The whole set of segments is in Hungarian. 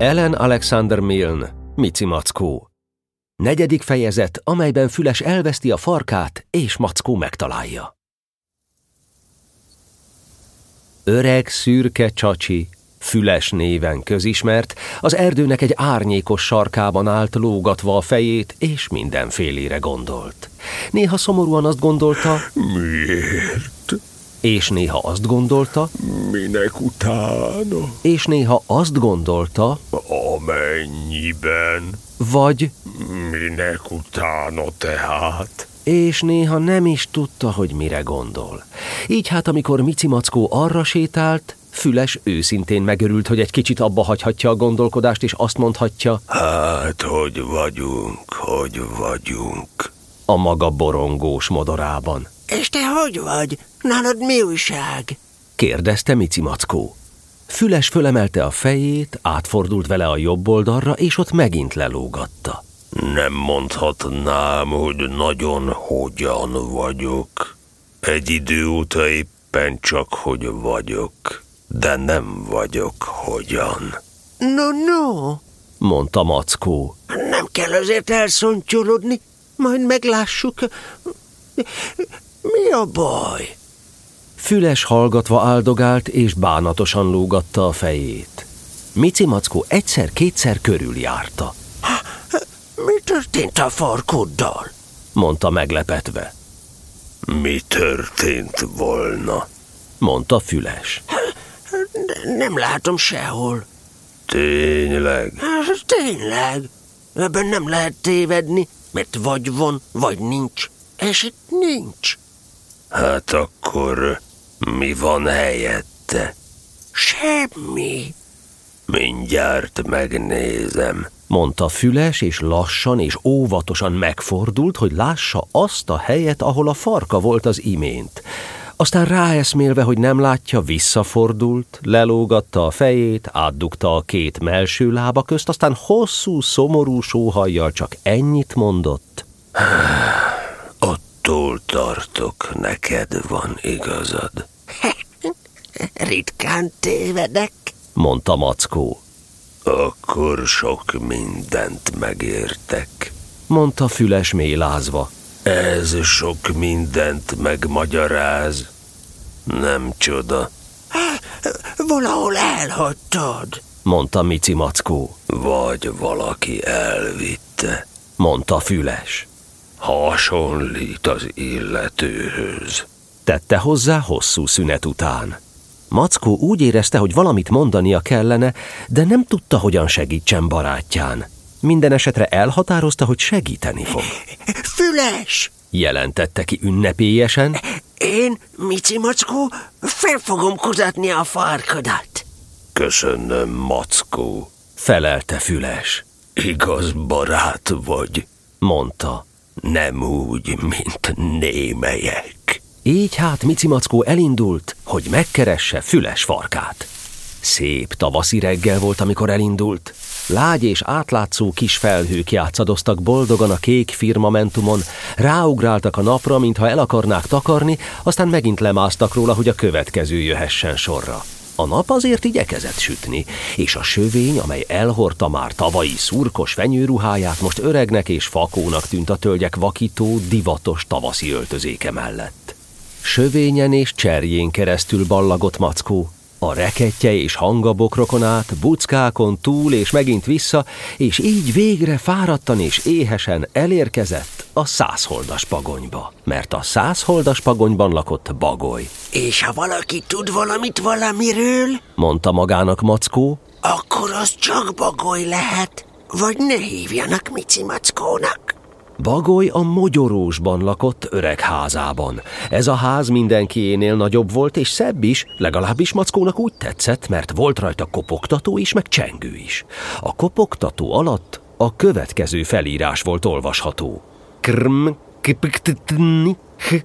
Ellen Alexander Milne, Mici Mackó. 4. fejezet, amelyben Füles elveszti a farkát, és Mackó megtalálja. Öreg, szürke csacsi, Füles néven közismert, az erdőnek egy árnyékos sarkában állt lógatva a fejét, és mindenfélére gondolt. Néha szomorúan azt gondolta, miért? És néha azt gondolta, minek utána? És néha azt gondolta, amennyiben. Vagy minek utána tehát? És néha nem is tudta, hogy mire gondol. Így hát, amikor Mici Mackó arra sétált, Füles őszintén megörült, hogy egy kicsit abba hagyhatja a gondolkodást, és azt mondhatja, hát, hogy vagyunk. A maga borongós modorában. És te hogy vagy? Nálad mi újság? Kérdezte Mici Mackó. Füles fölemelte a fejét, átfordult vele a jobb oldalra, és ott megint lelógatta. Nem mondhatnám, hogy nagyon hogyan vagyok. Egy idő óta éppen csak, hogy vagyok, de nem vagyok hogyan. No, mondta Mackó. nem kell azért elszontyolodni, majd meglássuk. Mi a baj? Füles hallgatva áldogált, és bánatosan lógatta a fejét. Mici Mackó egyszer-kétszer körüljárta. Mi történt a farkoddal? Mondta meglepetve. Mi történt volna? Mondta Füles. Nem látom sehol. Tényleg? Tényleg. Ebben nem lehet tévedni, mert vagy van, vagy nincs. És itt nincs. Hát akkor mi van helyette? Semmi. Mindjárt megnézem, mondta Füles, és lassan és óvatosan megfordult, hogy lássa azt a helyet, ahol a farka volt az imént. Aztán ráeszmélve, hogy nem látja, visszafordult, lelógatta a fejét, átdugta a két mellső lába közt, aztán hosszú, szomorú sóhajjal csak ennyit mondott. Attól tartok, neked van igazad. Ritkán tévedek, mondta Mackó. Akkor sok mindent megértek, mondta Füles mélázva. Ez sok mindent megmagyaráz. Nem csoda. Valahol elhagytad, mondta Mici Mackó. Vagy valaki elvitte, mondta Füles. Hasonlít az illetőhöz, tette hozzá hosszú szünet után. Mackó úgy érezte, hogy valamit mondania kellene, de nem tudta, hogyan segítsen barátján. Minden esetre elhatározta, hogy segíteni fog. Füles! Jelentette ki ünnepélyesen. Én, Mici Mackó, fel fogom kutatni a farkadat. Köszönöm, Mackó, felelte Füles. Igaz barát vagy, mondta. Nem úgy, mint némelyek. Így hát Mici Mackó elindult, hogy megkeresse Füles farkát. Szép tavaszi reggel volt, amikor elindult. Lágy és átlátszó kis felhők játszadoztak boldogan a kék firmamentumon, ráugráltak a napra, mintha el akarnák takarni, aztán megint lemásztak róla, hogy a következő jöhessen sorra. A nap azért igyekezett sütni, és a sövény, amely elhordta már tavalyi szurkos fenyőruháját, most öregnek és fakónak tűnt a tölgyek vakító, divatos tavaszi öltözéke mellett. Sövényen és cserjén keresztül ballagott Mackó, a rekettye és hangabok át, buckákon túl és megint vissza, és így végre fáradtan és éhesen elérkezett a 100 holdas pagonyba, mert a 100 holdas pagonyban lakott Bagoly. És ha valaki tud valamit valamiről, mondta magának Mackó, akkor az csak Bagoly lehet, vagy ne hívjanak Mici Mackónak. Bagoly a Mogyorósban lakott öreg házában. Ez a ház mindenkiénél nagyobb volt, és szebb is, legalábbis Mackónak úgy tetszett, mert volt rajta kopogtató is, meg csengő is. A kopogtató alatt a következő felírás volt olvasható. Krm, kipiktitni,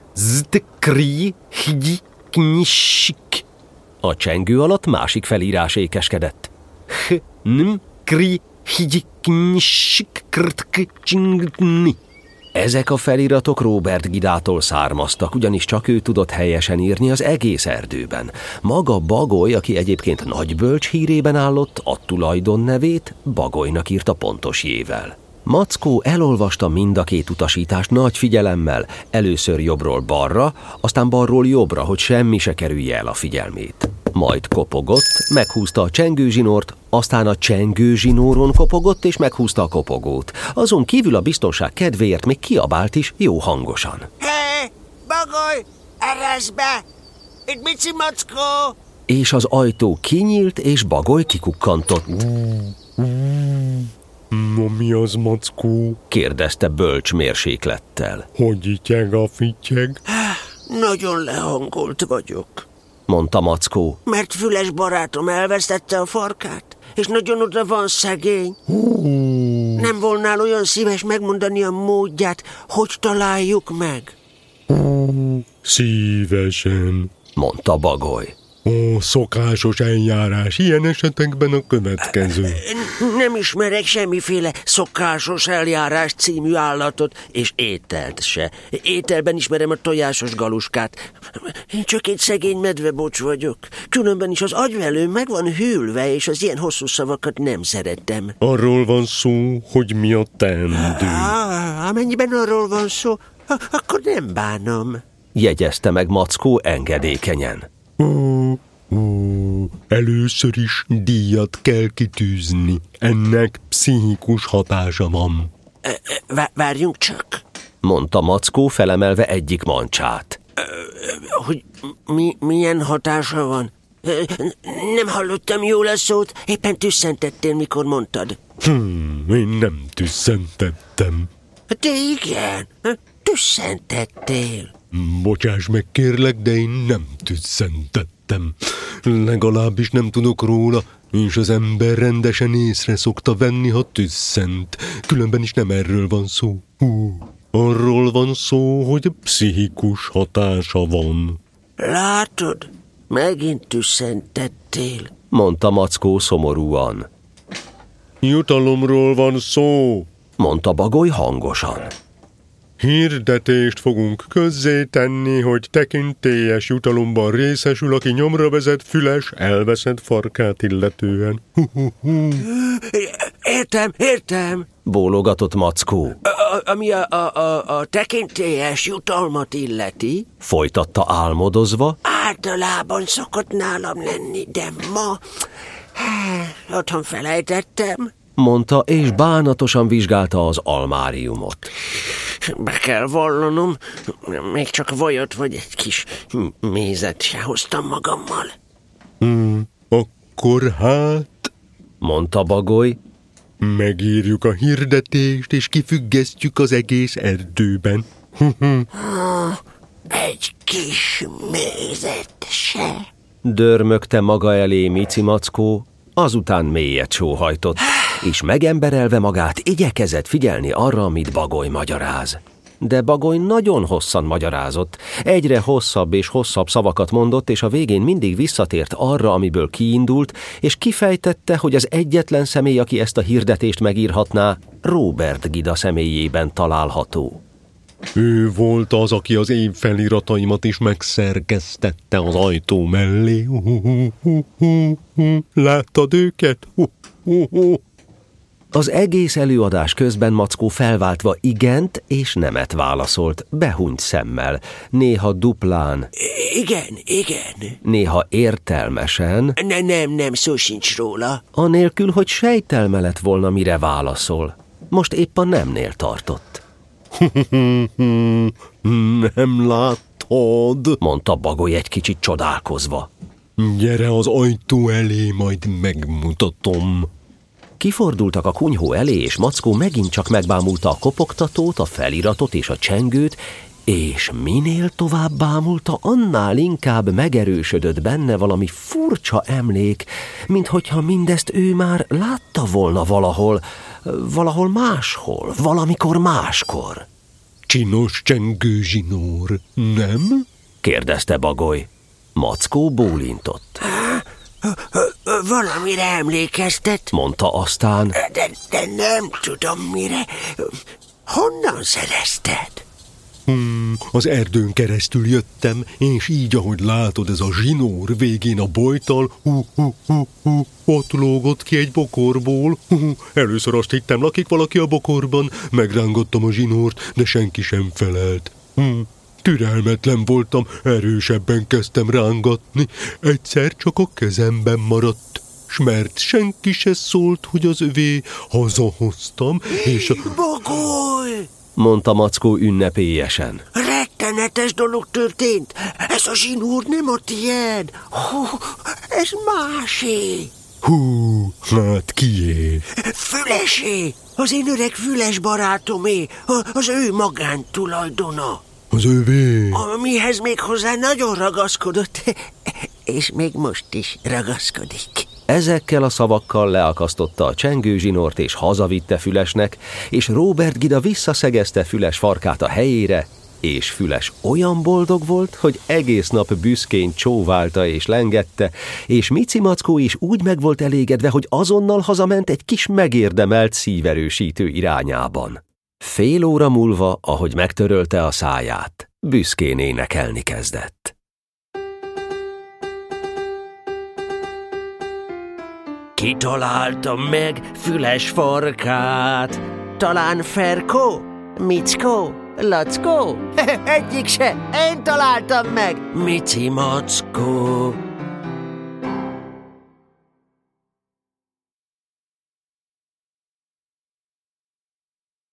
hztkri, hgyi, knyisik. A csengő alatt másik felírás ékeskedett. Hnm, kri, hgyi, knyisik, krtk, csingtni. Ezek a feliratok Róbert Gidától származtak, ugyanis csak ő tudott helyesen írni az egész erdőben. Maga Bagoly, aki egyébként nagybölcs hírében állott, a tulajdonnevét Bagolynak írta pontos jével. Mackó elolvasta mind a két utasítást nagy figyelemmel, először jobbról balra, aztán balról jobbra, hogy semmi se kerülje el a figyelmét. Majd kopogott, meghúzta a csengőzsinort, aztán a csengőzsinóron kopogott és meghúzta a kopogót. Azon kívül a biztonság kedvéért még kiabált is jó hangosan. Hé, Bagoly, eressz be! Itt Mici Mackó! És az ajtó kinyílt, és Bagoly kikukkantott. No, mi az, Mackó? Kérdezte bölcs mérséklettel. Hogy ityeg a fityeg? Nagyon lehangolt vagyok, mondta Mackó. mert Füles barátom elvesztette a farkát, és nagyon oda van szegény. Nem volnál olyan szíves megmondani a módját, hogy találjuk meg? Szívesen, mondta Bagoly. Szokásos eljárás ilyen esetekben a következő. Nem ismerek semmiféle szokásos eljárás című állatot, és ételt se. Ételben ismerem a tojásos galuskát. Én csak egy szegény medvebocs vagyok. Különben is az agyvelőm meg van hűlve, és az ilyen hosszú szavakat nem szeretem. Arról van szó, hogy mi a teendő. Amennyiben arról van szó, akkor nem bánom. Jegyezte meg Mackó engedékenyen. Először is díjat kell kitűzni. Ennek pszichikus hatása van. Várjunk csak, mondta Mackó felemelve egyik mancsát. hogy milyen hatása van. Nem hallottam jól a szót, éppen tüsszentettél, mikor mondtad. Én nem tüsszentettem. De igen, tüsszentettél. Bocsáss meg, kérlek, de én nem tüsszentettem. Legalábbis nem tudok róla, és az ember rendesen észre szokta venni, ha tüsszent. Különben is nem erről van szó. Arról van szó, hogy pszichikus hatása van. Látod, megint tüsszentettél, mondta Mackó szomorúan. Jutalomról van szó, mondta Bagoly hangosan. Hirdetést fogunk közzétenni, hogy tekintélyes jutalomban részesül, aki nyomra vezet Füles elveszett farkát illetően. Értem, Bólogatott Mackó. ami a tekintélyes jutalmat illeti, Folytatta álmodozva. általában szokott nálam lenni, de ma otthon felejtettem. Mondta, és bánatosan vizsgálta az almáriumot. Be kell vallanom, még csak vajat vagy egy kis mézet se hoztam magammal. Akkor hát Mondta Bagoly. megírjuk a hirdetést, és kifüggesztjük az egész erdőben. Egy kis mézet se. Dörmögte maga elé Mici Mackó, azután mélyet sóhajtott, és megemberelve magát igyekezett figyelni arra, amit Bagoly magyaráz. De Bagoly nagyon hosszan magyarázott, egyre hosszabb és hosszabb szavakat mondott, és a végén mindig visszatért arra, amiből kiindult, és kifejtette, hogy az egyetlen személy, aki ezt a hirdetést megírhatná, Róbert Gida személyében található. Ő volt az, aki az én felirataimat is megszerkesztette az ajtó mellé. Láttad őket? Az egész előadás közben Mackó felváltva igent és nemet válaszolt, behunyt szemmel, néha duplán, Igen. néha értelmesen, Nem, szó sincs róla. anélkül, hogy sejtelme lett volna, mire válaszol. Most épp a nemnél tartott. Nem láttad? Mondta Bagoly egy kicsit csodálkozva. Gyere az ajtó elé, majd megmutatom. Kifordultak a kunyhó elé, és Mackó megint csak megbámulta a kopogtatót, a feliratot és a csengőt, és minél tovább bámulta, annál inkább megerősödött benne valami furcsa emlék, minthogyha mindezt ő már látta volna valahol máshol, valamikor máskor. Csinos csengőzsinór, nem? Kérdezte Bagoly. Mackó bólintott. Valamire emlékeztet, Mondta aztán. de nem tudom mire. Honnan szerezted? Az erdőn keresztül jöttem, és így, ahogy látod, ez a zsinór végén a bojtal, ott lógott ki egy bokorból. Először azt hittem, lakik valaki a bokorban, megrángattam a zsinórt, de senki sem felelt. Türelmetlen voltam, erősebben kezdtem rángatni, egyszer csak a kezemben maradt, s mert senki se szólt, hogy az övé, hazahoztam, és Bogoly! Mondta Mackó ünnepélyesen. Rettenetes dolog történt. Ez a zsinór nem a tiéd. Ez másé. Hát kié? Fülesé. Az én öreg Füles barátomé. Az ő magántulajdona. Az övé? Amihez még hozzá nagyon ragaszkodott, és még most is ragaszkodik. Ezekkel a szavakkal leakasztotta a csengőzsinort és hazavitte Fülesnek, és Róbert Gida visszaszegezte Füles farkát a helyére, és Füles olyan boldog volt, hogy egész nap büszkén csóválta és lengette, és Mici Mackó is úgy meg volt elégedve, hogy azonnal hazament egy kis megérdemelt szíverősítő irányában. Fél óra múlva, ahogy megtörölte a száját, büszkén énekelni kezdett. Kitalálta meg Füles farkát. Talán Ferkó? Mickó? Lackó? Egyik se, én találtam meg. Mici Mackó.